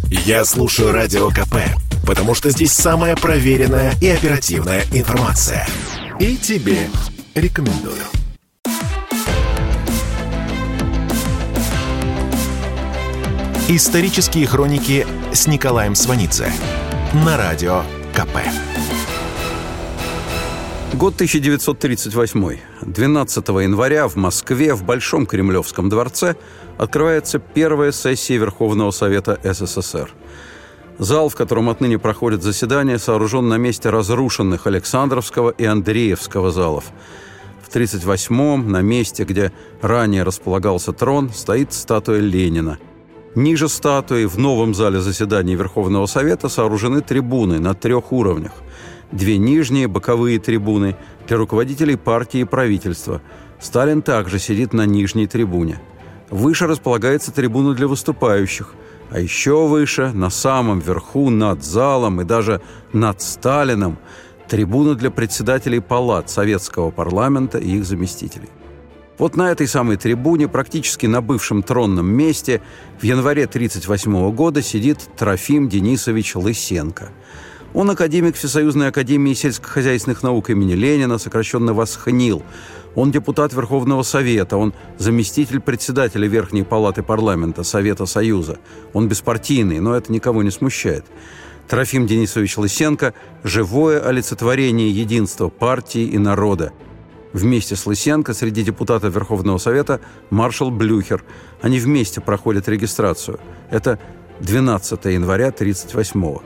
Я слушаю Радио КП, потому что здесь самая проверенная и оперативная информация. И тебе рекомендую. Исторические хроники с Николаем Сванидзе на Радио КП. Год 1938. 12 января в Москве в Большом Кремлевском дворце открывается первая сессия Верховного Совета СССР. Зал, в котором отныне проходят заседания, сооружен на месте разрушенных Александровского и Андреевского залов. В 1938-м на месте, где ранее располагался трон, стоит статуя Ленина. Ниже статуи в новом зале заседаний Верховного Совета сооружены трибуны на 3 уровнях. 2 нижние боковые трибуны для руководителей партии и правительства. Сталин также сидит на нижней трибуне. Выше располагается трибуна для выступающих, а еще выше, на самом верху, над залом и даже над Сталином, трибуна для председателей палат Советского парламента и их заместителей. Вот на этой самой трибуне, практически на бывшем тронном месте, в январе 1938 года сидит Трофим Денисович Лысенко. Он академик Всесоюзной академии сельскохозяйственных наук имени Ленина, сокращенно ВОСХНИЛ. Он депутат Верховного Совета, он заместитель председателя Верхней палаты парламента Совета Союза. Он беспартийный, но это никого не смущает. Трофим Денисович Лысенко – живое олицетворение единства партии и народа. Вместе с Лысенко среди депутатов Верховного Совета маршал Блюхер. Они вместе проходят регистрацию. Это 12 января 1938-го.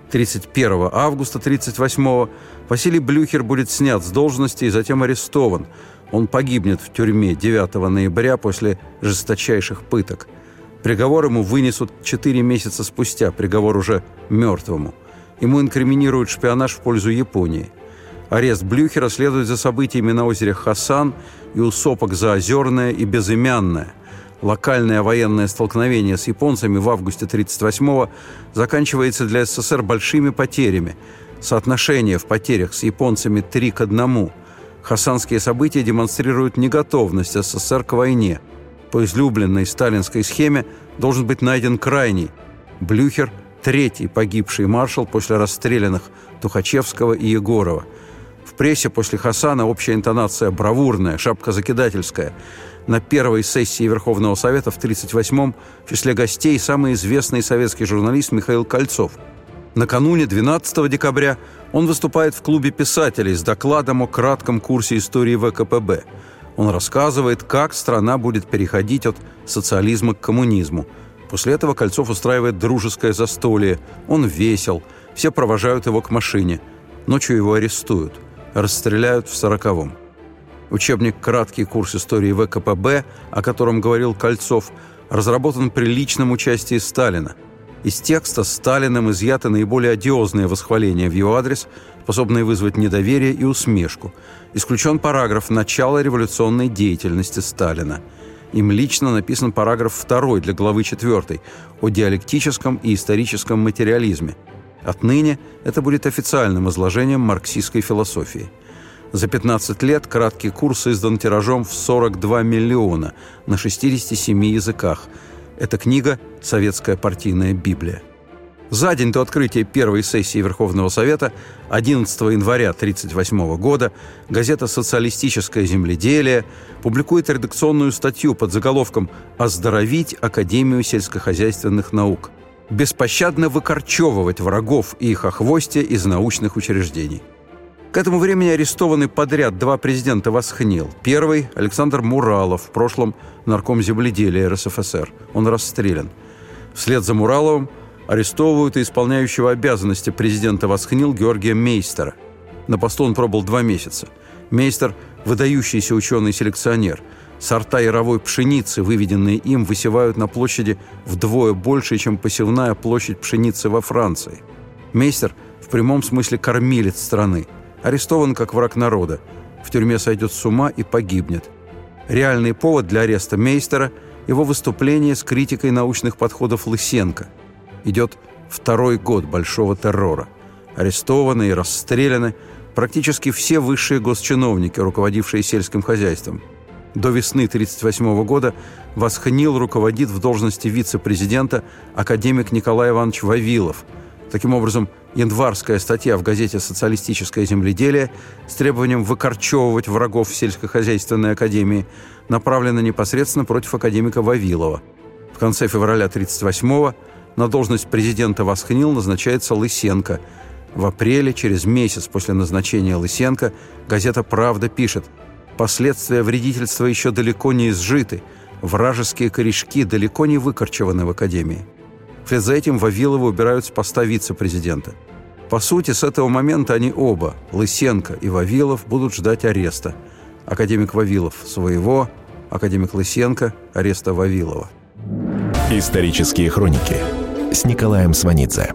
31 августа 1938-го Василий Блюхер будет снят с должности и затем арестован. Он погибнет в тюрьме 9 ноября после жесточайших пыток. Приговор ему вынесут 4 месяца спустя, приговор уже мертвому. Ему инкриминируют шпионаж в пользу Японии. Арест Блюхера следует за событиями на озере Хасан и у сопок Заозерное и Безымянное. Локальное военное столкновение с японцами в августе 1938-го заканчивается для СССР большими потерями. Соотношение в потерях с японцами 3:1. Хасанские события демонстрируют неготовность СССР к войне. По излюбленной сталинской схеме должен быть найден крайний. Блюхер – 3-й погибший маршал после расстрелянных Тухачевского и Егорова. В прессе после Хасана общая интонация бравурная, шапкозакидательская. На первой сессии Верховного Совета в 1938-м в числе гостей самый известный советский журналист Михаил Кольцов. Накануне, 12 декабря, он выступает в клубе писателей с докладом о кратком курсе истории ВКПБ. Он рассказывает, как страна будет переходить от социализма к коммунизму. После этого Кольцов устраивает дружеское застолье. Он весел, все провожают его к машине. Ночью его арестуют, расстреляют в 1940-м. Учебник «Краткий курс истории ВКПБ», о котором говорил Кольцов, разработан при личном участии Сталина. Из текста Сталиным изъяты наиболее одиозные восхваления в его адрес, способные вызвать недоверие и усмешку. Исключен параграф «Начало революционной деятельности Сталина». Им лично написан параграф 2 для главы 4 о диалектическом и историческом материализме. Отныне это будет официальным изложением марксистской философии. За 15 лет краткий курс издан тиражом в 42 миллиона на 67 языках. Эта книга – советская партийная Библия. За день до открытия первой сессии Верховного Совета, 11 января 1938 года, газета «Социалистическое земледелие» публикует редакционную статью под заголовком «Оздоровить Академию сельскохозяйственных наук. Беспощадно выкорчевывать врагов и их охвостья из научных учреждений». К этому времени арестованы подряд 2 президента ВОСХНИЛ. Первый – Александр Муралов, в прошлом нарком земледелия РСФСР. Он расстрелян. Вслед за Мураловым арестовывают и исполняющего обязанности президента ВОСХНИЛ Георгия Мейстера. На посту он пробыл 2 месяца. Мейстер – выдающийся ученый-селекционер. Сорта яровой пшеницы, выведенные им, высевают на площади вдвое больше, чем посевная площадь пшеницы во Франции. Мейстер – в прямом смысле кормилец страны. Арестован как враг народа. В тюрьме сойдет с ума и погибнет. Реальный повод для ареста Мейстера – его выступление с критикой научных подходов Лысенко. Идет 2-й год большого террора. Арестованы и расстреляны практически все высшие госчиновники, руководившие сельским хозяйством. До весны 1938 года Восхнил руководит в должности вице-президента академик Николай Иванович Вавилов. Таким образом, январская статья в газете «Социалистическое земледелие» с требованием выкорчевывать врагов в сельскохозяйственной академии направлена непосредственно против академика Вавилова. В конце февраля 1938-го на должность президента Восхнил назначается Лысенко. В апреле, через месяц после назначения Лысенко, газета «Правда» пишет: «Последствия вредительства еще далеко не изжиты, вражеские корешки далеко не выкорчеваны в академии». Вслед за этим Вавилова убирают с поста вице-президента. По сути, с этого момента они оба, Лысенко и Вавилов, будут ждать ареста. Академик Вавилов – своего, академик Лысенко – ареста Вавилова. Исторические хроники с Николаем Сванидзе.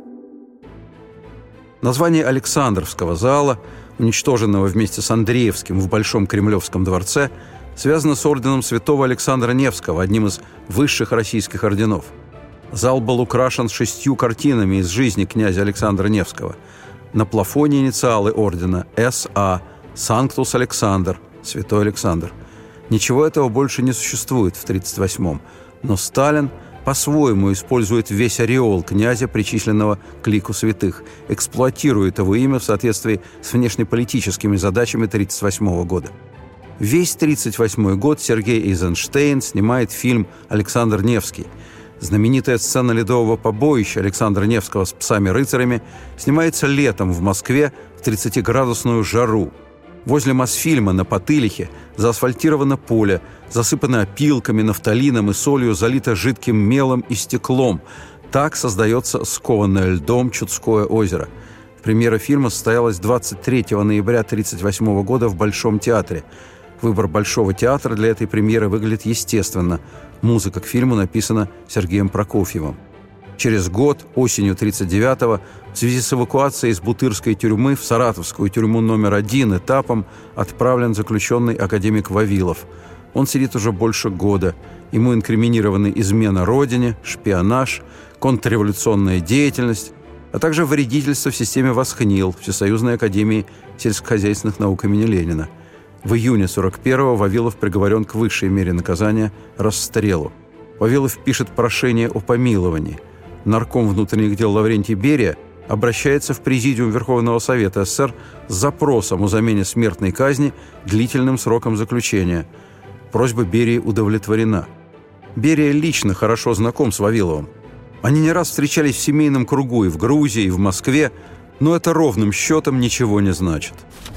Название Александровского зала, уничтоженного вместе с Андреевским в Большом Кремлевском дворце, связано с орденом святого Александра Невского, одним из высших российских орденов. Зал был украшен 6 картинами из жизни князя Александра Невского. На плафоне инициалы ордена С.А. Санктус Александр, Святой Александр. Ничего этого больше не существует в 1938-м, но Сталин по-своему использует весь ореол князя, причисленного к лику святых, эксплуатирует его имя в соответствии с внешнеполитическими задачами 1938 года. Весь 1938 год Сергей Эйзенштейн снимает фильм «Александр Невский». Знаменитая сцена ледового побоища Александра Невского с псами-рыцарями снимается летом в Москве в 30-градусную жару. Возле Мосфильма на Потылихе заасфальтировано поле, засыпано опилками, нафталином и солью, залито жидким мелом и стеклом. Так создается скованное льдом Чудское озеро. Премьера фильма состоялась 23 ноября 1938 года в Большом театре. Выбор Большого театра для этой премьеры выглядит естественно. Музыка к фильму написана Сергеем Прокофьевым. Через год, осенью 1939-го, в связи с эвакуацией из Бутырской тюрьмы в Саратовскую тюрьму номер 1 этапом отправлен заключенный академик Вавилов. Он сидит уже больше года. Ему инкриминированы измена родине, шпионаж, контрреволюционная деятельность, а также вредительство в системе Восхнил, Всесоюзной академии сельскохозяйственных наук имени Ленина. В июне 1941-го Вавилов приговорен к высшей мере наказания – расстрелу. Вавилов пишет прошение о помиловании. Нарком внутренних дел Лаврентий Берия обращается в Президиум Верховного Совета СССР с запросом о замене смертной казни длительным сроком заключения. Просьба Берии удовлетворена. Берия лично хорошо знаком с Вавиловым. Они не раз встречались в семейном кругу и в Грузии, и в Москве, но это ровным счетом ничего не значит.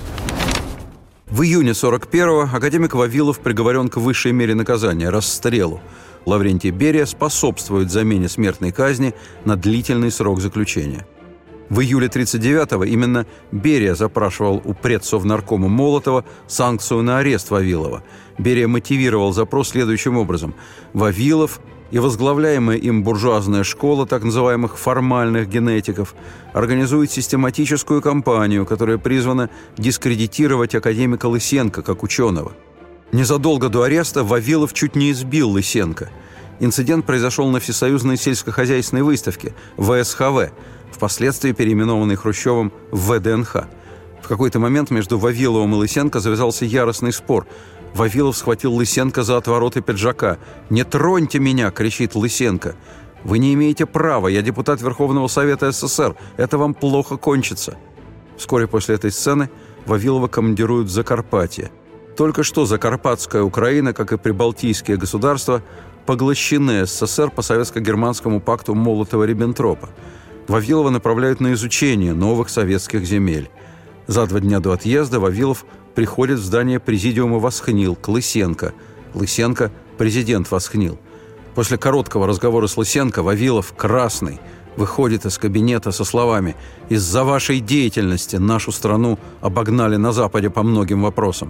В июне 1941-го академик Вавилов приговорен к высшей мере наказания – расстрелу. Лаврентий Берия способствует замене смертной казни на длительный срок заключения. В июле 1939-го именно Берия запрашивал у предсовнаркома Молотова санкцию на арест Вавилова. Берия мотивировал запрос следующим образом. Вавилов и возглавляемая им буржуазная школа так называемых формальных генетиков организует систематическую кампанию, которая призвана дискредитировать академика Лысенко как ученого. Незадолго до ареста Вавилов чуть не избил Лысенко. Инцидент произошел на Всесоюзной сельскохозяйственной выставке ВСХВ, впоследствии переименованной Хрущевым в ВДНХ. В какой-то момент между Вавиловым и Лысенко завязался яростный спор. Вавилов схватил Лысенко за отвороты пиджака. «Не троньте меня!» — кричит Лысенко. «Вы не имеете права, я депутат Верховного Совета СССР. Это вам плохо кончится». Вскоре после этой сцены Вавилова командируют в Закарпатье. Только что Закарпатская Украина, как и прибалтийские государства, поглощены СССР по советско-германскому пакту Молотова-Риббентропа. Вавилова направляют на изучение новых советских земель. За 2 дня до отъезда Вавилов приходит в здание Президиума Восхнил к Лысенко. Лысенко – президент Восхнил. После короткого разговора с Лысенко Вавилов, красный, выходит из кабинета со словами: «Из-за вашей деятельности нашу страну обогнали на Западе по многим вопросам».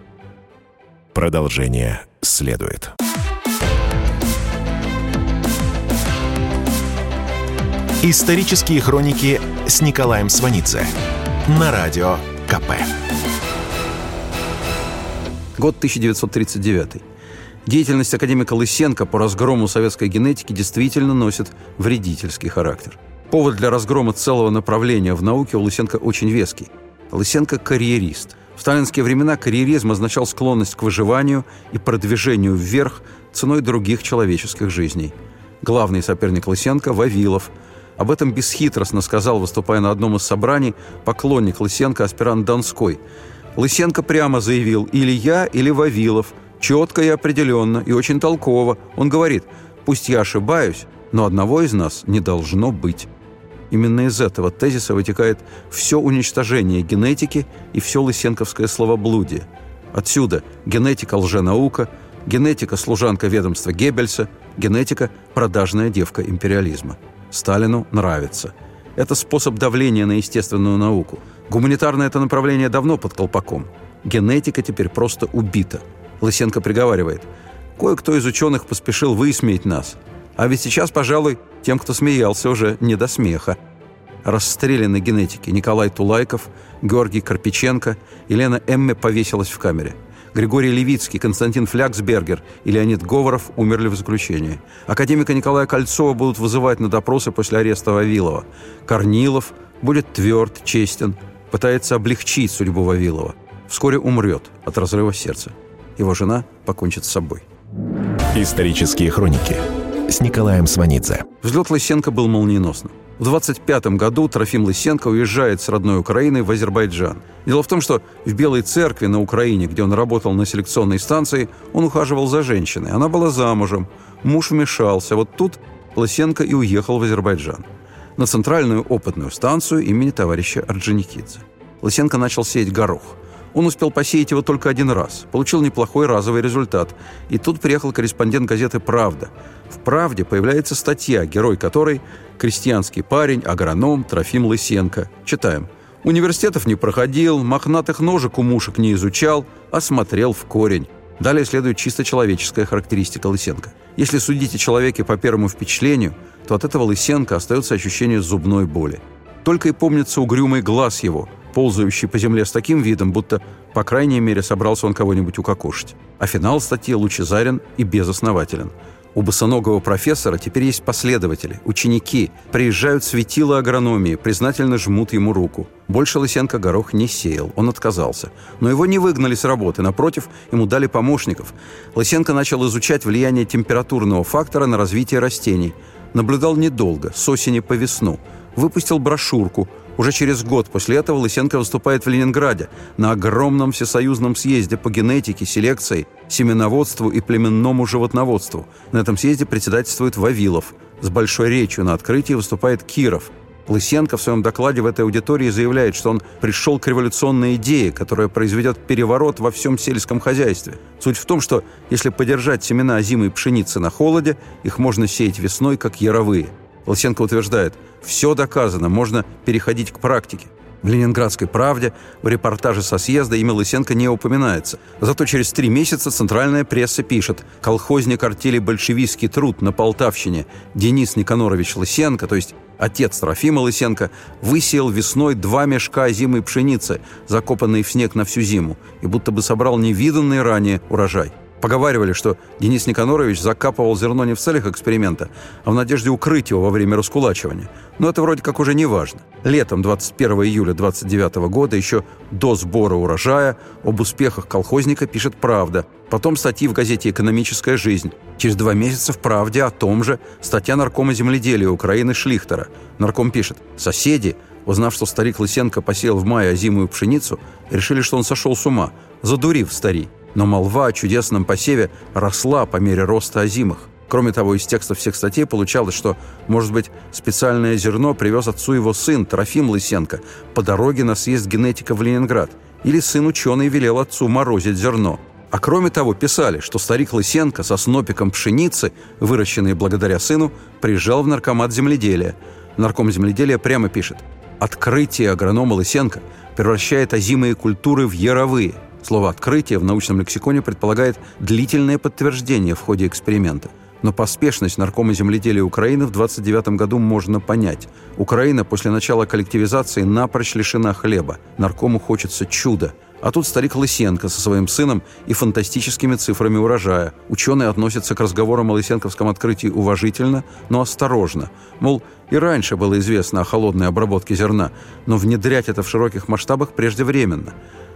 Продолжение следует. Исторические хроники с Николаем Сванидзе на Радио КП. Год 1939. Деятельность академика Лысенко по разгрому советской генетики действительно носит вредительский характер. Повод для разгрома целого направления в науке у Лысенко очень веский. Лысенко – карьерист. В В сталинские времена карьеризм означал склонность к выживанию и продвижению вверх ценой других человеческих жизней. Главный соперник Лысенко – Вавилов. Об этом бесхитростно сказал, выступая на одном из собраний, поклонник Лысенко, аспирант Донской. Лысенко прямо заявил: «Или я, или Вавилов». Четко и определенно, и очень толково. Он говорит: «Пусть я ошибаюсь, но одного из нас не должно быть». Именно из этого тезиса вытекает все уничтожение генетики и все лысенковское словоблудие. Отсюда генетика – лженаука, генетика – служанка ведомства Геббельса, генетика – продажная девка империализма. Сталину нравится. Это способ давления на естественную науку. Гуманитарное это направление давно под колпаком. Генетика теперь просто убита. Лысенко приговаривает: «Кое-кто из ученых поспешил высмеять нас. А ведь сейчас, пожалуй, тем, кто смеялся, уже не до смеха». Расстреляны генетики Николай Тулайков, Георгий Карпиченко, Елена Эмме повесилась в камере. Григорий Левицкий, Константин Фляксбергер и Леонид Говоров умерли в заключении. Академика Николая Кольцова будут вызывать на допросы после ареста Вавилова. Корнилов будет тверд, честен, пытается облегчить судьбу Вавилова. Вскоре умрет от разрыва сердца. Его жена покончит с собой. Исторические хроники с Николаем Сванидзе. Взлет Лысенко был молниеносным. В 1925 году Трофим Лысенко уезжает с родной Украины в Азербайджан. Дело в том, что в Белой Церкви на Украине, где он работал на селекционной станции, он ухаживал за женщиной. Она была замужем. Муж вмешался. Вот тут Лысенко и уехал в Азербайджан. На центральную опытную станцию имени товарища Орджоникидзе. Лысенко начал сеять горох. Он успел посеять его только один раз. Получил неплохой разовый результат. И тут приехал корреспондент газеты «Правда». В «Правде» появляется статья, герой которой – крестьянский парень, агроном Трофим Лысенко. Читаем. «Университетов не проходил, мохнатых ножек у мушек не изучал, а смотрел в корень». Далее следует чисто человеческая характеристика Лысенко. Если судить о человеке по первому впечатлению, то от этого Лысенко остается ощущение зубной боли. Только и помнится угрюмый глаз его, ползающий по земле с таким видом, будто, по крайней мере, собрался он кого-нибудь укокошить. А финал статьи лучезарен и безоснователен. У босоногого профессора теперь есть последователи, ученики, приезжают светила агрономии, признательно жмут ему руку. Больше Лысенко горох не сеял, он отказался. Но его не выгнали с работы, напротив, ему дали помощников. Лысенко начал изучать влияние температурного фактора на развитие растений. Наблюдал недолго, с осени по весну. Выпустил брошюрку. Уже через год после этого Лысенко выступает в Ленинграде на огромном всесоюзном съезде по генетике, селекции, семеноводству и племенному животноводству. На этом съезде председательствует Вавилов. С большой речью на открытии выступает Киров. Лысенко в своем докладе в этой аудитории заявляет, что он пришел к революционной идее, которая произведет переворот во всем сельском хозяйстве. Суть в том, что если подержать семена озимой пшеницы на холоде, их можно сеять весной, как яровые. Лысенко утверждает: все доказано, можно переходить к практике. В «Ленинградской правде» в репортаже со съезда имя Лысенко не упоминается. Зато через 3 месяца центральная пресса пишет: колхозник артели «Большевистский труд» на Полтавщине Денис Никонорович Лысенко, то есть отец Трофима Лысенко, высеял весной 2 мешка озимой пшеницы, закопанной в снег на всю зиму, и будто бы собрал невиданный ранее урожай. Поговаривали, что Денис Никонорович закапывал зерно не в целях эксперимента, а в надежде укрыть его во время раскулачивания. Но это вроде как уже не важно. Летом 21 июля 1929 года, еще до сбора урожая, об успехах колхозника пишет «Правда». Потом статьи в газете «Экономическая жизнь». Через 2 месяца в «Правде» о том же статья наркома земледелия Украины Шлихтера. Нарком пишет: «Соседи, узнав, что старик Лысенко посеял в мае озимую пшеницу, решили, что он сошел с ума, задурив старий. Но молва о чудесном посеве росла по мере роста озимых. Кроме того, из текстов всех статей получалось, что, может быть, специальное зерно привез отцу его сын Трофим Лысенко по дороге на съезд генетика в Ленинград. Или сын-ученый велел отцу морозить зерно. А кроме того, писали, что старик Лысенко со снопиком пшеницы, выращенной благодаря сыну, приезжал в наркомат земледелия. Нарком земледелия прямо пишет: «Открытие агронома Лысенко превращает озимые культуры в яровые». Слово «открытие» в научном лексиконе предполагает длительное подтверждение в ходе эксперимента. Но поспешность наркома земледелия Украины в 1929 году можно понять. Украина после начала коллективизации напрочь лишена хлеба. Наркому хочется чуда. А тут старик Лысенко со своим сыном и фантастическими цифрами урожая. Ученые относятся к разговорам о лысенковском открытии уважительно, но осторожно. Мол, и раньше было известно о холодной обработке зерна, но внедрять это в широких масштабах преждевременно.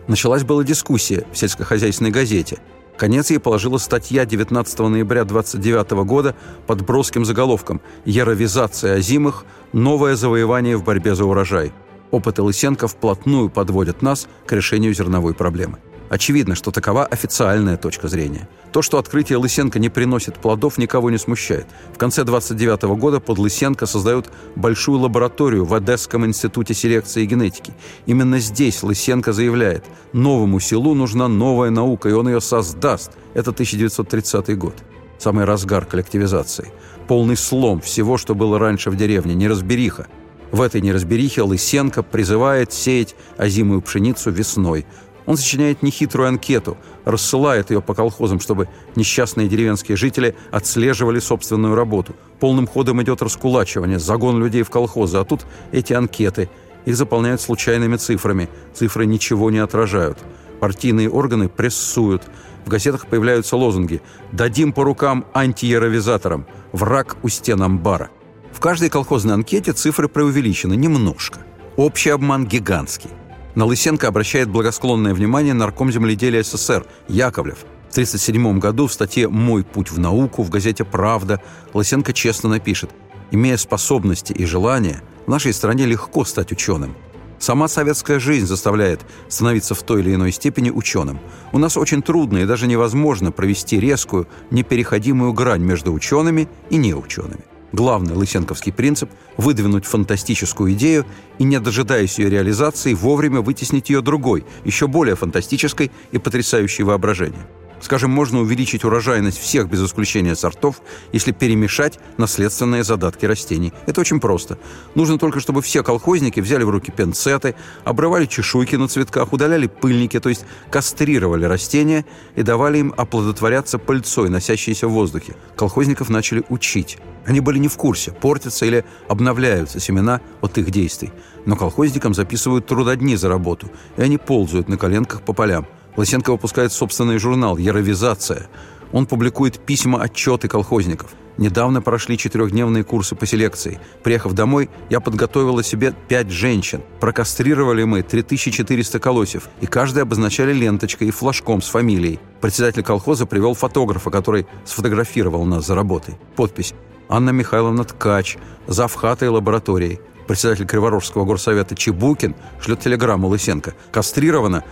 Началась была дискуссия в сельскохозяйственной газете. Конец ей положила статья 19 ноября 1929 года под броским заголовком «Яровизация озимых. Новое завоевание в борьбе за урожай». Опыты Лысенко вплотную подводят нас к решению зерновой проблемы. Очевидно, что такова официальная точка зрения. То, что открытие Лысенко не приносит плодов, никого не смущает. В конце 1929 года под Лысенко создают большую лабораторию в Одесском институте селекции и генетики. Именно здесь Лысенко заявляет: новому селу нужна новая наука, и он ее создаст. Это 1930 год. Самый разгар коллективизации. Полный слом всего, что было раньше в деревне, неразбериха. В этой неразберихе Лысенко призывает сеять озимую пшеницу весной. Он сочиняет нехитрую анкету, рассылает ее по колхозам, чтобы несчастные деревенские жители отслеживали собственную работу. Полным ходом идет раскулачивание, загон людей в колхозы, а тут эти анкеты. Их заполняют случайными цифрами. Цифры ничего не отражают. Партийные органы прессуют. В газетах появляются лозунги «Дадим по рукам антияровизаторам», «Враг у стен амбара». В каждой колхозной анкете цифры преувеличены немножко. Общий обман гигантский. На Лысенко обращает благосклонное внимание нарком земледелия СССР Яковлев. В 1937 году в статье «Мой путь в науку» в газете «Правда» Лысенко честно напишет: «Имея способности и желания, в нашей стране легко стать ученым. Сама советская жизнь заставляет становиться в той или иной степени ученым. У нас очень трудно и даже невозможно провести резкую, непереходимую грань между учеными и неучеными. Главный лысенковский принцип – выдвинуть фантастическую идею и, не дожидаясь ее реализации, вовремя вытеснить ее другой, еще более фантастической и потрясающей воображение. Скажем, можно увеличить урожайность всех без исключения сортов, если перемешать наследственные задатки растений. Это очень просто. Нужно только, чтобы все колхозники взяли в руки пинцеты, обрывали чешуйки на цветках, удаляли пыльники, то есть кастрировали растения и давали им оплодотворяться пыльцой, носящейся в воздухе. Колхозников начали учить. Они были не в курсе, портятся или обновляются семена от их действий. Но колхозникам записывают трудодни за работу, и они ползают на коленках по полям. Лысенко выпускает собственный журнал «Яровизация». Он публикует письма-отчеты колхозников. Недавно прошли 4-дневные курсы по селекции. Приехав домой, я подготовила себе 5 женщин. Прокастрировали мы 3400 колосьев, и каждый обозначали ленточкой и флажком с фамилией. Председатель колхоза привел фотографа, который сфотографировал нас за работой. Подпись: Анна Михайловна Ткач, завхатой лабораторией. Председатель Криворожского горсовета Чебукин шлет телеграмму Лысенко: кастрировано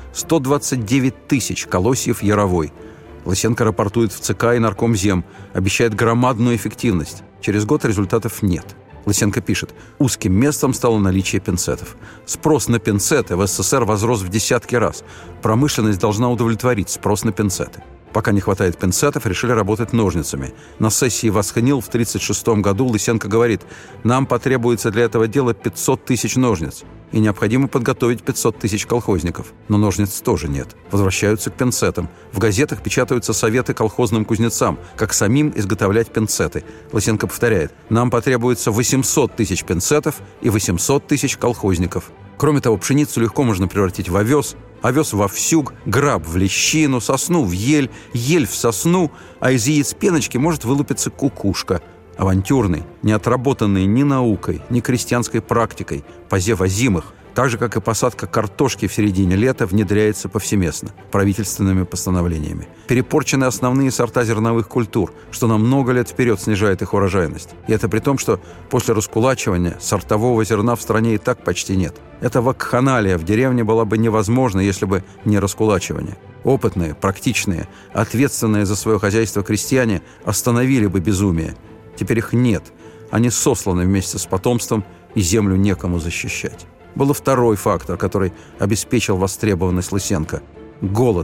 129 тысяч колосьев яровой. Лысенко рапортует в ЦК и наркомзем, обещает громадную эффективность. Через год результатов нет. Лысенко пишет: узким местом стало наличие пинцетов. Спрос на пинцеты в СССР возрос в десятки раз. Промышленность должна удовлетворить спрос на пинцеты. Пока не хватает пинцетов, решили работать ножницами. На сессии Восхнил в 1936 году Лысенко говорит: нам потребуется для этого дела 500 тысяч ножниц. И необходимо подготовить 500 тысяч колхозников. Но ножниц тоже нет. Возвращаются к пинцетам. В газетах печатаются советы колхозным кузнецам, как самим изготовлять пинцеты. Лысенко повторяет: нам потребуется 800 тысяч пинцетов и 800 тысяч колхозников. Кроме того, пшеницу легко можно превратить в овес, овес в овсюк, граб в лещину, сосну в ель, ель в сосну, а из яиц пеночки может вылупиться кукушка. Авантюрный, не отработанный ни наукой, ни крестьянской практикой, позев озимых, так же, как и посадка картошки в середине лета, внедряется повсеместно, правительственными постановлениями. Перепорчены основные сорта зерновых культур, что на много лет вперед снижает их урожайность. И это при том, что после раскулачивания сортового зерна в стране и так почти нет. Эта вакханалия в деревне была бы невозможна, если бы не раскулачивание. Опытные, практичные, ответственные за свое хозяйство крестьяне остановили бы безумие. Теперь их нет. Они сосланы вместе с потомством, и землю некому защищать. Был второй фактор, который обеспечил востребованность Лысенко. Голод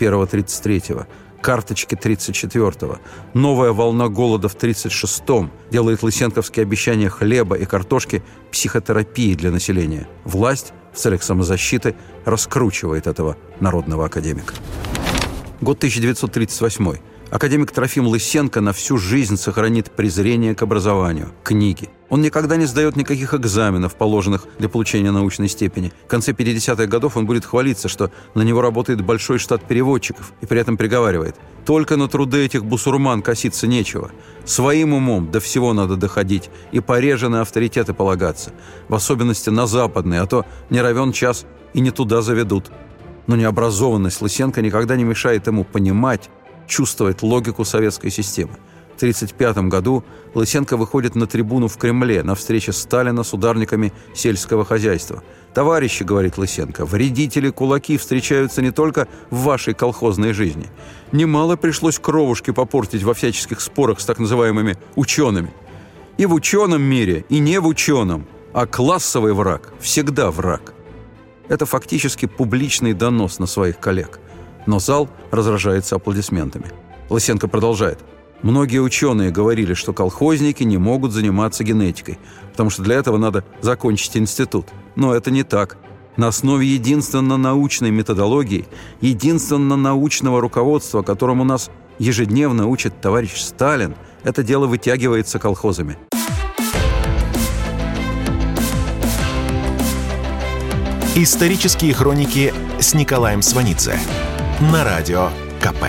31-33, карточки 34-го, новая волна голода в 36-м делает лысенковские обещания хлеба и картошки психотерапией для населения. Власть в целях самозащиты раскручивает этого народного академика. Год 1938. Академик Трофим Лысенко на всю жизнь сохранит презрение к образованию, книге. Он никогда не сдает никаких экзаменов, положенных для получения научной степени. В конце 50-х годов он будет хвалиться, что на него работает большой штат переводчиков, и при этом приговаривает: «Только на труды этих бусурман коситься нечего. Своим умом до всего надо доходить и пореже на авторитеты полагаться, в особенности на западные, а то не равен час и не туда заведут». Но необразованность Лысенко никогда не мешает ему понимать, чувствовать логику советской системы. В 1935 году Лысенко выходит на трибуну в Кремле на встрече Сталина с ударниками сельского хозяйства. «Товарищи, — говорит Лысенко, — вредители-кулаки встречаются не только в вашей колхозной жизни. Немало пришлось кровушки попортить во всяческих спорах с так называемыми учеными. И в ученом мире, и не в ученом, а классовый враг всегда враг». Это фактически публичный донос на своих коллег. Но зал разражается аплодисментами. Лысенко продолжает. «Многие ученые говорили, что колхозники не могут заниматься генетикой, потому что для этого надо закончить институт. Но это не так. На основе единственно научной методологии, единственно научного руководства, которому нас ежедневно учит товарищ Сталин, это дело вытягивается колхозами». Исторические хроники с Николаем Сванидзе на Радио КП.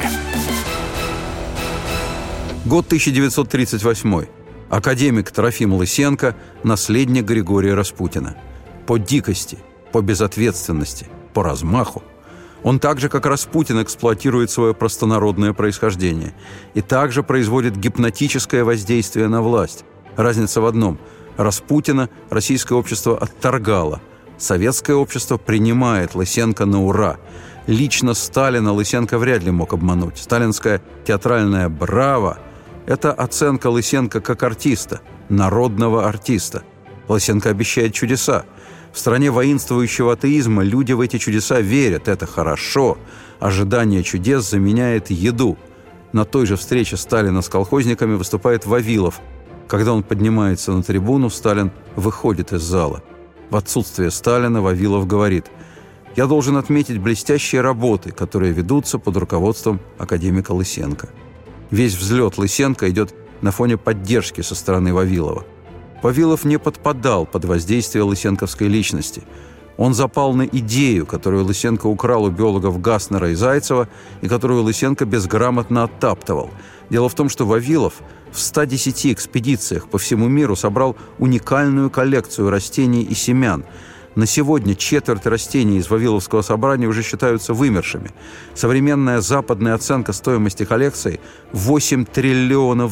Год 1938. Академик Трофим Лысенко – наследник Григория Распутина. По дикости, по безответственности, по размаху. Он так же, как Распутин, эксплуатирует свое простонародное происхождение и также производит гипнотическое воздействие на власть. Разница в одном – Распутина российское общество отторгало. Советское общество принимает Лысенко на ура. Лично Сталина Лысенко вряд ли мог обмануть. Сталинское театральное «браво» – это оценка Лысенко как артиста, народного артиста. Лысенко обещает чудеса. В стране воинствующего атеизма люди в эти чудеса верят. Это хорошо. Ожидание чудес заменяет еду. На той же встрече Сталина с колхозниками выступает Вавилов. Когда он поднимается на трибуну, Сталин выходит из зала. В отсутствие Сталина Вавилов говорит: «Я должен отметить блестящие работы, которые ведутся под руководством академика Лысенко». Весь взлет Лысенко идет на фоне поддержки со стороны Вавилова. Вавилов не подпадал под воздействие лысенковской личности. Он запал на идею, которую Лысенко украл у биологов Гаснера и Зайцева и которую Лысенко безграмотно оттаптывал. Дело в том, что Вавилов в 110 экспедициях по всему миру собрал уникальную коллекцию растений и семян. На сегодня четверть растений из Вавиловского собрания уже считаются вымершими. Современная западная оценка стоимости коллекции – $8 триллионов.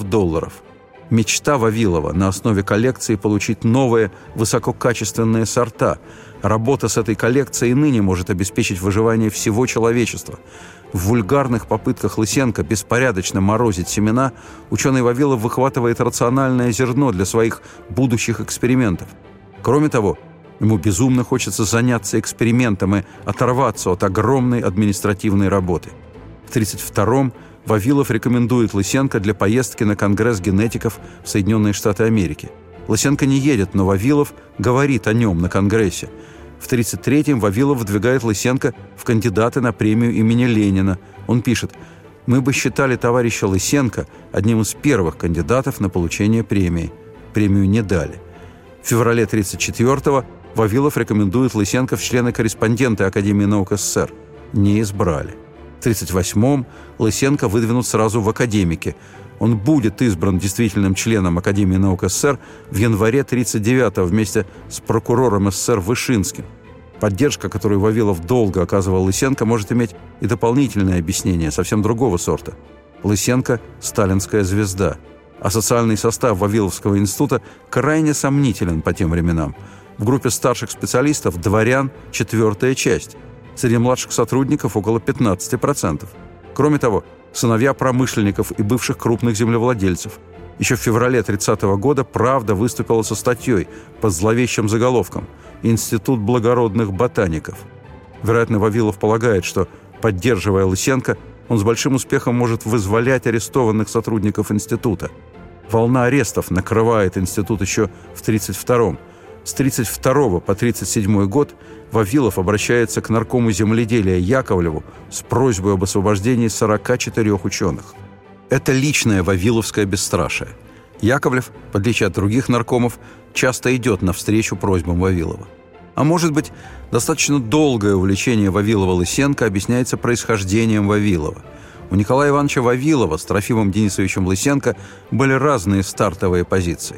Мечта Вавилова на основе коллекции получить новые высококачественные сорта. Работа с этой коллекцией ныне может обеспечить выживание всего человечества. В вульгарных попытках Лысенко беспорядочно морозить семена ученый Вавилов выхватывает рациональное зерно для своих будущих экспериментов. Кроме того, ему безумно хочется заняться экспериментом и оторваться от огромной административной работы. В 1932-м Вавилов рекомендует Лысенко для поездки на Конгресс генетиков в Соединенные Штаты Америки. Лысенко не едет, но Вавилов говорит о нем на Конгрессе. В 1933-м Вавилов выдвигает Лысенко в кандидаты на премию имени Ленина. Он пишет: «Мы бы считали товарища Лысенко одним из первых кандидатов на получение премии. Премию не дали». В феврале 1934-го Вавилов рекомендует Лысенко в члены-корреспонденты Академии наук СССР. Не избрали. В 1938-м Лысенко выдвинут сразу в академики. Он будет избран действительным членом Академии наук СССР в январе 1939-го вместе с прокурором СССР Вышинским. Поддержка, которую Вавилов долго оказывал Лысенко, может иметь и дополнительное объяснение совсем другого сорта. Лысенко – сталинская звезда, а социальный состав Вавиловского института крайне сомнителен по тем временам. В группе старших специалистов дворян – 4-я часть. Среди младших сотрудников около 15%. Кроме того, сыновья промышленников и бывших крупных землевладельцев. Еще в феврале 1930 года «Правда» выступила со статьей под зловещим заголовком «Институт благородных ботаников». Вероятно, Вавилов полагает, что, поддерживая Лысенко, он с большим успехом может вызволять арестованных сотрудников института. Волна арестов накрывает институт еще в 1932-м. С 1932 по 1937 год Вавилов обращается к наркому земледелия Яковлеву с просьбой об освобождении 44 ученых. Это личное вавиловское бесстрашие. Яковлев, в отличие от других наркомов, часто идет навстречу просьбам Вавилова. А может быть, достаточно долгое увлечение Вавилова-Лысенко объясняется происхождением Вавилова. У Николая Ивановича Вавилова с Трофимом Денисовичем Лысенко были разные стартовые позиции.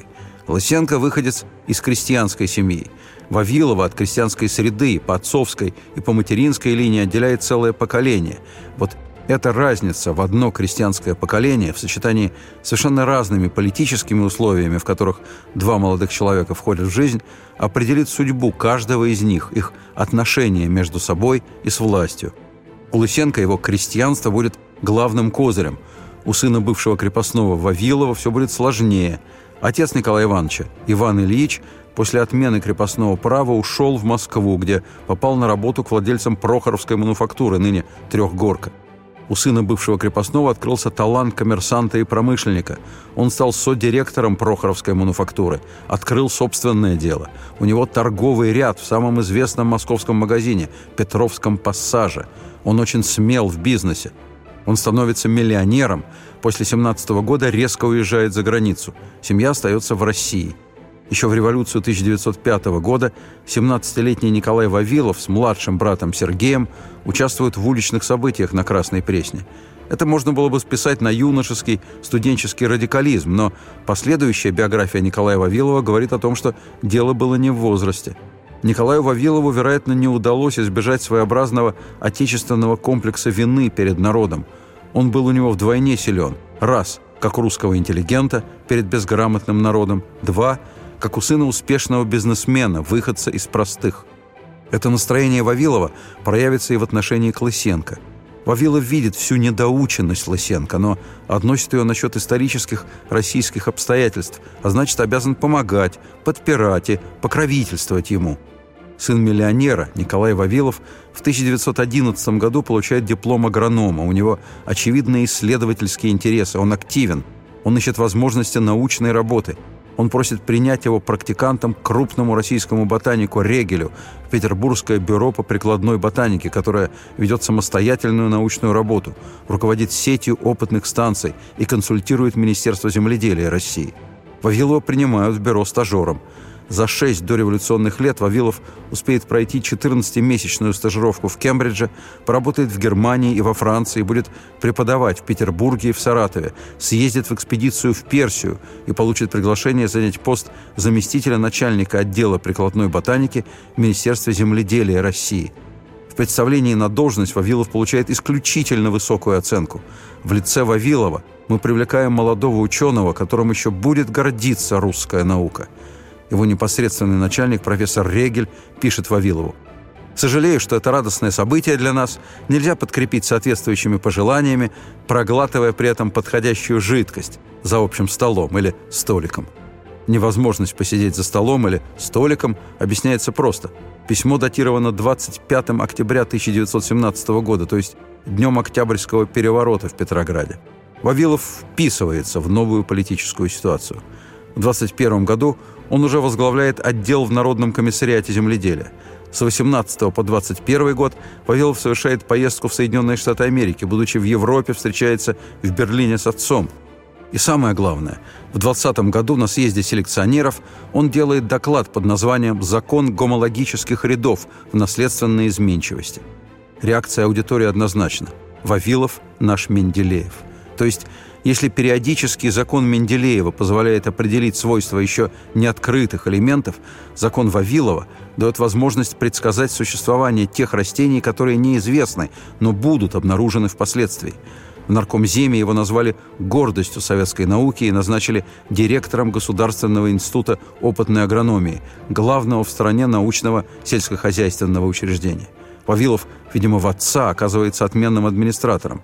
Лысенко – выходец из крестьянской семьи. Вавилова от крестьянской среды по отцовской и по материнской линии отделяет целое поколение. Вот эта разница в одно крестьянское поколение в сочетании с совершенно разными политическими условиями, в которых два молодых человека входят в жизнь, определит судьбу каждого из них, их отношения между собой и с властью. У Лысенко его крестьянство будет главным козырем. У сына бывшего крепостного Вавилова все будет сложнее. Отец Николая Ивановича, Иван Ильич, после отмены крепостного права ушел в Москву, где попал на работу к владельцам Прохоровской мануфактуры, ныне Трехгорка. У сына бывшего крепостного открылся талант коммерсанта и промышленника. Он стал содиректором Прохоровской мануфактуры, открыл собственное дело. У него торговый ряд в самом известном московском магазине – Петровском Пассаже. Он очень смел в бизнесе. Он становится миллионером. После 17 года резко уезжает за границу. Семья остается в России. Еще в революцию 1905 года 17-летний Николай Вавилов с младшим братом Сергеем участвуют в уличных событиях на Красной Пресне. Это можно было бы списать на юношеский студенческий радикализм, но последующая биография Николая Вавилова говорит о том, что дело было не в возрасте. Николаю Вавилову, вероятно, не удалось избежать своеобразного отечественного комплекса вины перед народом. Он был у него вдвойне силен. Раз, как русского интеллигента перед безграмотным народом. Два, как у сына успешного бизнесмена, выходца из простых. Это настроение Вавилова проявится и в отношении к Лысенко. Вавилов видит всю недоученность Лысенко, но относит ее насчет исторических российских обстоятельств, а значит, обязан помогать, подпирать и покровительствовать ему. Сын миллионера Николай Вавилов в 1911 году получает диплом агронома. У него очевидные исследовательские интересы, он активен, он ищет возможности научной работы. Он просит принять его практикантом к крупному российскому ботанику Регелю в Петербургское бюро по прикладной ботанике, которое ведет самостоятельную научную работу, руководит сетью опытных станций и консультирует Министерство земледелия России. Вавилова принимают в бюро стажером. За 6 дореволюционных лет Вавилов успеет пройти 14-месячную стажировку в Кембридже, поработает в Германии и во Франции, будет преподавать в Петербурге и в Саратове, съездит в экспедицию в Персию и получит приглашение занять пост заместителя начальника отдела прикладной ботаники в Министерстве земледелия России. В представлении на должность Вавилов получает исключительно высокую оценку. В лице Вавилова мы привлекаем молодого ученого, которым еще будет гордиться русская наука. Его непосредственный начальник, профессор Регель, пишет Вавилову: «Сожалею, что это радостное событие для нас нельзя подкрепить соответствующими пожеланиями, проглатывая при этом подходящую жидкость за общим столом или столиком». Невозможность посидеть за столом или столиком объясняется просто. Письмо датировано 25 октября 1917 года, то есть днем Октябрьского переворота в Петрограде. Вавилов вписывается в новую политическую ситуацию. В 1921 году он уже возглавляет отдел в Народном комиссариате земледелия. С 18 по 21 год Вавилов совершает поездку в Соединенные Штаты Америки, будучи в Европе, встречается в Берлине с отцом. И самое главное, в 20 году на съезде селекционеров он делает доклад под названием «Закон гомологических рядов в наследственной изменчивости». Реакция аудитории однозначна. Вавилов – наш Менделеев. То есть, если периодический закон Менделеева позволяет определить свойства еще не открытых элементов, закон Вавилова дает возможность предсказать существование тех растений, которые неизвестны, но будут обнаружены впоследствии. В Наркомземе его назвали гордостью советской науки и назначили директором Государственного института опытной агрономии, главного в стране научного сельскохозяйственного учреждения. Вавилов, видимо, в отца оказывается отменным администратором.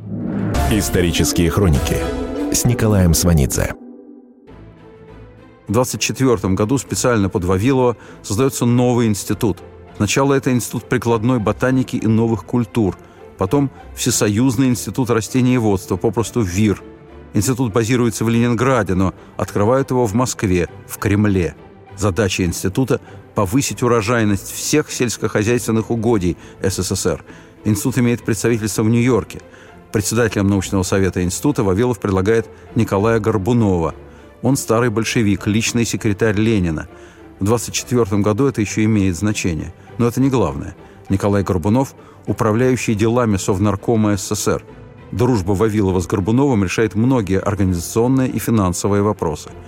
Исторические хроники с Николаем Сванидзе. В 1924 году специально под Вавилова создается новый институт. Сначала это институт прикладной ботаники и новых культур, потом Всесоюзный институт растениеводства, попросту ВИР. Институт базируется в Ленинграде, но открывают его в Москве, в Кремле. Задача института – повысить урожайность всех сельскохозяйственных угодий СССР. Институт имеет представительство в Нью-Йорке. Председателем научного совета института Вавилов предлагает Николая Горбунова. Он старый большевик, личный секретарь Ленина. В 1924 году это еще имеет значение. Но это не главное. Николай Горбунов – управляющий делами Совнаркома СССР. Дружба Вавилова с Горбуновым решает многие организационные и финансовые вопросы.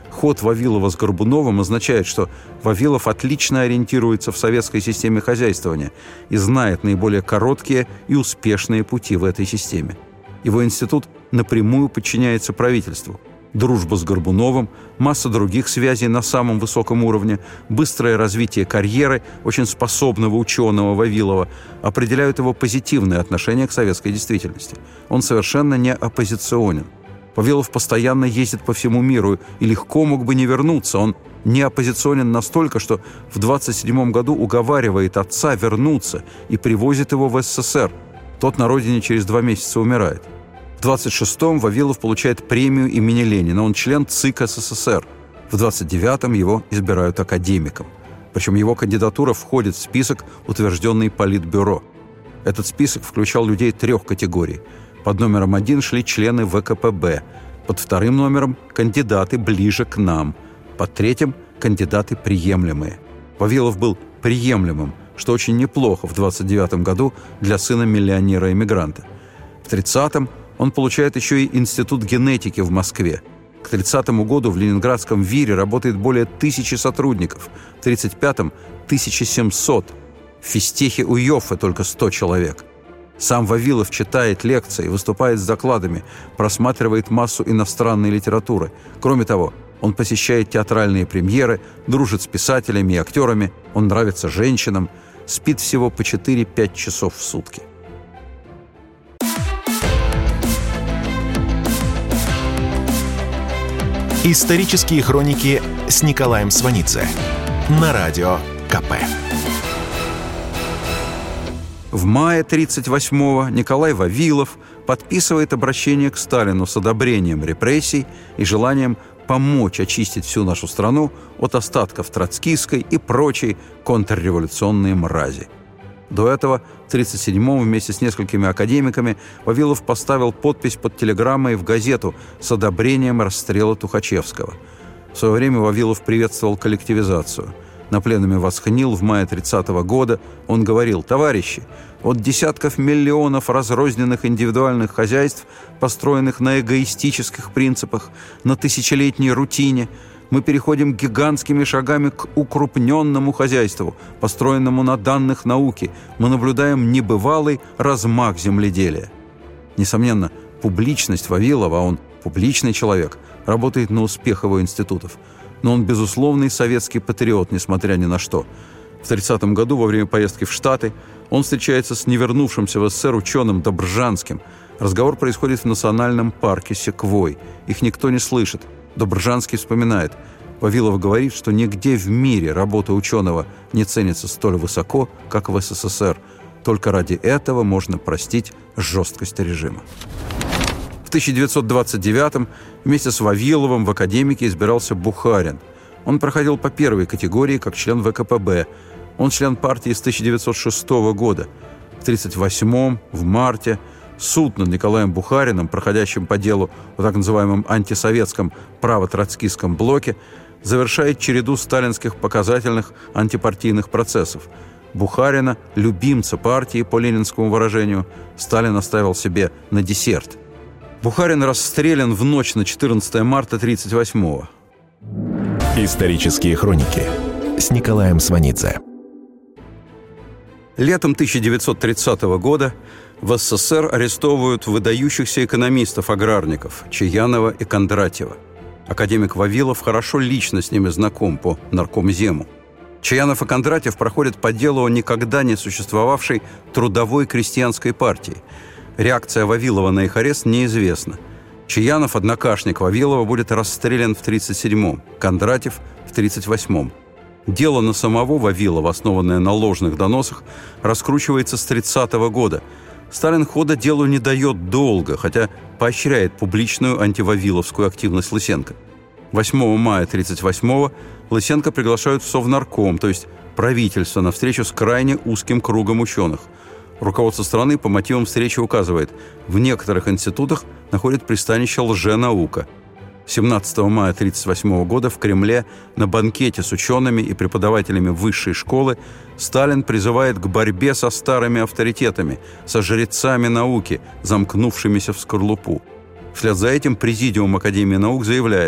Ход Вавилова с Горбуновым означает, что Вавилов отлично ориентируется в советской системе хозяйствования и знает наиболее короткие и успешные пути в этой системе. Его институт напрямую подчиняется правительству. Дружба с Горбуновым, масса других связей на самом высоком уровне, быстрое развитие карьеры очень способного ученого Вавилова определяют его позитивное отношение к советской действительности. Он совершенно не оппозиционен. Вавилов постоянно ездит по всему миру и легко мог бы не вернуться. Он не оппозиционен настолько, что в 1927 году уговаривает отца вернуться и привозит его в СССР. Тот на родине через 2 месяца умирает. В 1926-м Вавилов получает премию имени Ленина. Он член ЦИК СССР. В 1929-м его избирают академиком. Причем его кандидатура входит в список, утвержденный Политбюро. Этот список включал людей 3 категорий. Под номером 1 шли члены ВКПБ. Под 2 номером – кандидаты ближе к нам. Под 3 – кандидаты приемлемые. Вавилов был приемлемым, что очень неплохо в 1929 году для сына миллионера-эмигранта. В 1930-м он получает еще и Институт генетики в Москве. К 1930 году в Ленинградском ВИРе работает более 1000 сотрудников, в 1935-м – 1700. В физтехе у Йоффе только 100 человек. Сам Вавилов читает лекции, выступает с докладами, просматривает массу иностранной литературы. Кроме того, он посещает театральные премьеры, дружит с писателями и актерами, он нравится женщинам, спит всего по 4-5 часов в сутки. Исторические хроники с Николаем Сванидзе на Радио КП. В мае 1938-го Николай Вавилов подписывает обращение к Сталину с одобрением репрессий и желанием помочь очистить всю нашу страну от остатков троцкистской и прочей контрреволюционной мрази. До этого, в 1937-м, вместе с несколькими академиками, Вавилов поставил подпись под телеграммой в газету с одобрением расстрела Тухачевского. В свое время Вавилов приветствовал коллективизацию. На пленуме Восхнил в мае 1930 года он говорил: «Товарищи, от десятков миллионов разрозненных индивидуальных хозяйств, построенных на эгоистических принципах, на тысячелетней рутине, мы переходим гигантскими шагами к укрупненному хозяйству, построенному на данных науки. Мы наблюдаем небывалый размах земледелия». Несомненно, публичность Вавилова, а он публичный человек, работает на успех его институтов. Но он безусловный советский патриот, несмотря ни на что. В 1930 году, во время поездки в Штаты, он встречается с невернувшимся в СССР ученым Добржанским. Разговор происходит в национальном парке Секвой. Их никто не слышит. Добржанский вспоминает: Вавилов говорит, что нигде в мире работа ученого не ценится столь высоко, как в СССР. Только ради этого можно простить жесткость режима. В 1929-м вместе с Вавиловым в академике избирался Бухарин. Он проходил по 1 категории как член ВКПБ. Он член партии с 1906 года. В 1938-м, в марте, суд над Николаем Бухариным, проходящим по делу о так называемом антисоветском право-троцкистском блоке, завершает череду сталинских показательных антипартийных процессов. Бухарина, любимца партии, по ленинскому выражению, Сталин оставил себе на десерт. Бухарин расстрелян в ночь на 14 марта 1938-го. Исторические хроники с Николаем Сванидзе. Летом 1930 года в СССР арестовывают выдающихся экономистов-аграрников Чаянова и Кондратьева. Академик Вавилов хорошо лично с ними знаком по наркомзему. Чаянов и Кондратьев проходят по делу о никогда не существовавшей трудовой крестьянской партии. Реакция Вавилова на их арест неизвестна. Чаянов, однокашник Вавилова, будет расстрелян в 1937-м, Кондратьев – в 1938-м. Дело на самого Вавилова, основанное на ложных доносах, раскручивается с 1930 года. Сталин хода делу не дает долго, хотя поощряет публичную антивавиловскую активность Лысенко. 8 мая 1938-го Лысенко приглашают в Совнарком, то есть правительство, на встречу с крайне узким кругом ученых. Руководство страны по мотивам встречи указывает: в некоторых институтах находит пристанище лженаука. 17 мая 1938 года в Кремле на банкете с учеными и преподавателями высшей школы Сталин призывает к борьбе со старыми авторитетами, со жрецами науки, замкнувшимися в скорлупу. Вслед за этим Президиум Академии наук заявляет: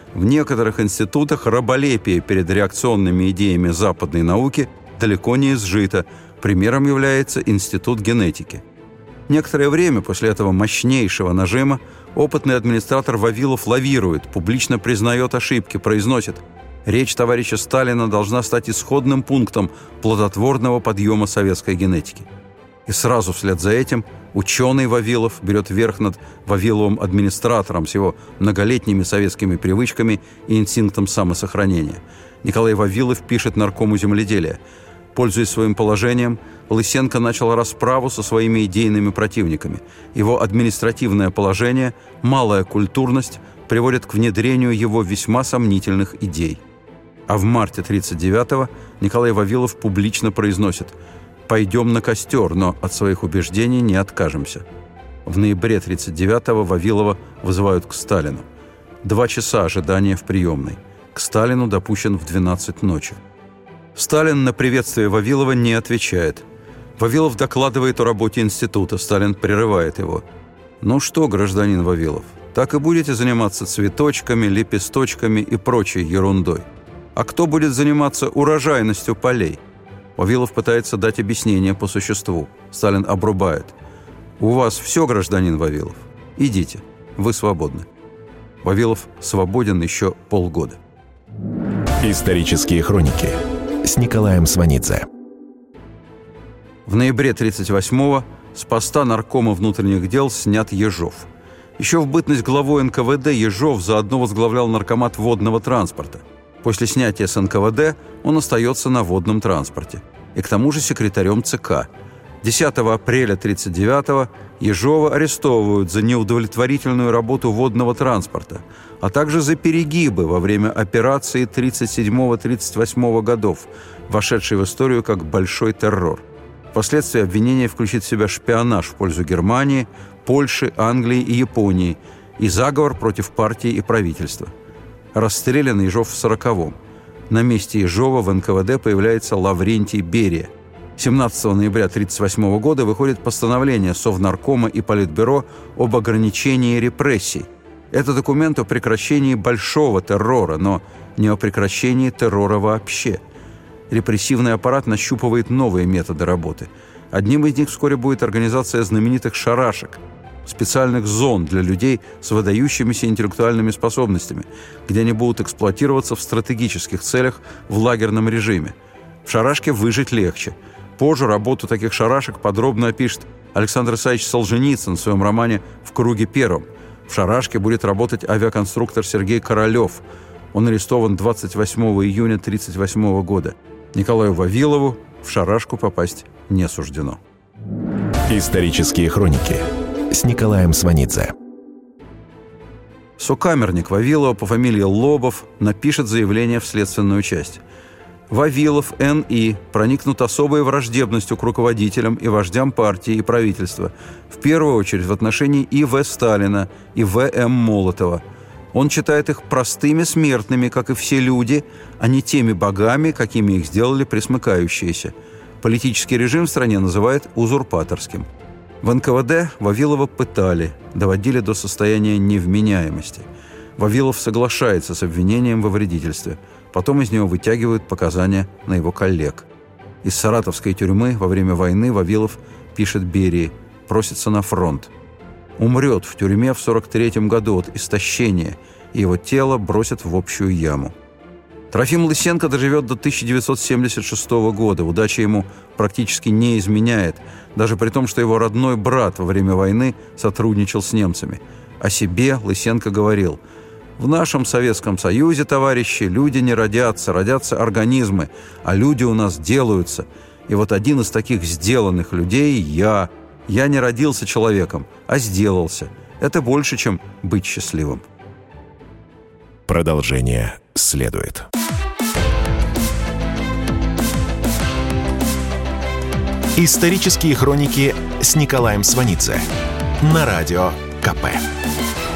В некоторых институтах раболепие перед реакционными идеями западной науки далеко не изжито. Примером является Институт генетики. Некоторое время после этого мощнейшего нажима опытный администратор Вавилов лавирует, публично признает ошибки, произносит: «Речь товарища Сталина должна стать исходным пунктом плодотворного подъема советской генетики». И сразу вслед за этим ученый Вавилов берет верх над Вавиловым-администратором с его многолетними советскими привычками и инстинктом самосохранения. Николай Вавилов пишет наркому земледелия: «Пользуясь своим положением, Лысенко начал расправу со своими идейными противниками. Его административное положение, малая культурность приводят к внедрению его весьма сомнительных идей». А в марте 1939-го Николай Вавилов публично произносит: «Пойдем на костер, но от своих убеждений не откажемся». В ноябре 1939-го Вавилова вызывают к Сталину. 2 часа ожидания в приемной. К Сталину допущен в 12 ночи. Сталин на приветствие Вавилова не отвечает. Вавилов докладывает о работе института. Сталин прерывает его. «Ну что, гражданин Вавилов, так и будете заниматься цветочками, лепесточками и прочей ерундой? А кто будет заниматься урожайностью полей?» Вавилов пытается дать объяснение по существу. Сталин обрубает: «У вас все, гражданин Вавилов? Идите, вы свободны». Вавилов свободен еще полгода. Исторические хроники с Николаем Сванидзе. В ноябре 1938-го с поста наркома внутренних дел снят Ежов. Еще в бытность главой НКВД Ежов заодно возглавлял наркомат водного транспорта. После снятия с НКВД он остается на водном транспорте. И к тому же секретарем ЦК. 10 апреля 1939-го Ежова арестовывают за неудовлетворительную работу водного транспорта, а также за перегибы во время операции 1937-1938 годов, вошедшей в историю как «Большой террор». Впоследствии обвинение включит в себя шпионаж в пользу Германии, Польши, Англии и Японии и заговор против партии и правительства. Расстрелян Ежов в 1940-м. На месте Ежова в НКВД появляется Лаврентий Берия. 17 ноября 1938 года выходит постановление Совнаркома и Политбюро об ограничении репрессий. Это документ о прекращении большого террора, но не о прекращении террора вообще. Репрессивный аппарат нащупывает новые методы работы. Одним из них вскоре будет организация знаменитых «шарашек», специальных зон для людей с выдающимися интеллектуальными способностями, где они будут эксплуатироваться в стратегических целях в лагерном режиме. В шарашке выжить легче. Позже работу таких шарашек подробно опишет Александр Исаевич Солженицын в своем романе «В круге первом». В шарашке будет работать авиаконструктор Сергей Королев. Он арестован 28 июня 1938 года. Николаю Вавилову в шарашку попасть не суждено. Исторические хроники с Николаем Сванидзе. Сокамерник Вавилова по фамилии Лобов напишет заявление в следственную часть. Вавилов Н.И. проникнут особой враждебностью к руководителям и вождям партии и правительства, в первую очередь в отношении И.В. Сталина и В.М. Молотова. Он считает их простыми смертными, как и все люди, а не теми богами, какими их сделали пресмыкающиеся. Политический режим в стране называет узурпаторским. В НКВД Вавилова пытали, доводили до состояния невменяемости. Вавилов соглашается с обвинением во вредительстве. Потом из него вытягивают показания на его коллег. Из саратовской тюрьмы во время войны Вавилов пишет Берии, просится на фронт. Умрет в тюрьме в 1943 году от истощения, и его тело бросят в общую яму. Трофим Лысенко доживет до 1976 года. Удача ему практически не изменяет, даже при том, что его родной брат во время войны сотрудничал с немцами. О себе Лысенко говорил: «В нашем Советском Союзе, товарищи, люди не родятся, родятся организмы, а люди у нас делаются. И вот один из таких сделанных людей я. Я не родился человеком, а сделался. Это больше, чем быть счастливым». Продолжение следует. Исторические хроники с Николаем Сванидзе на радио КП.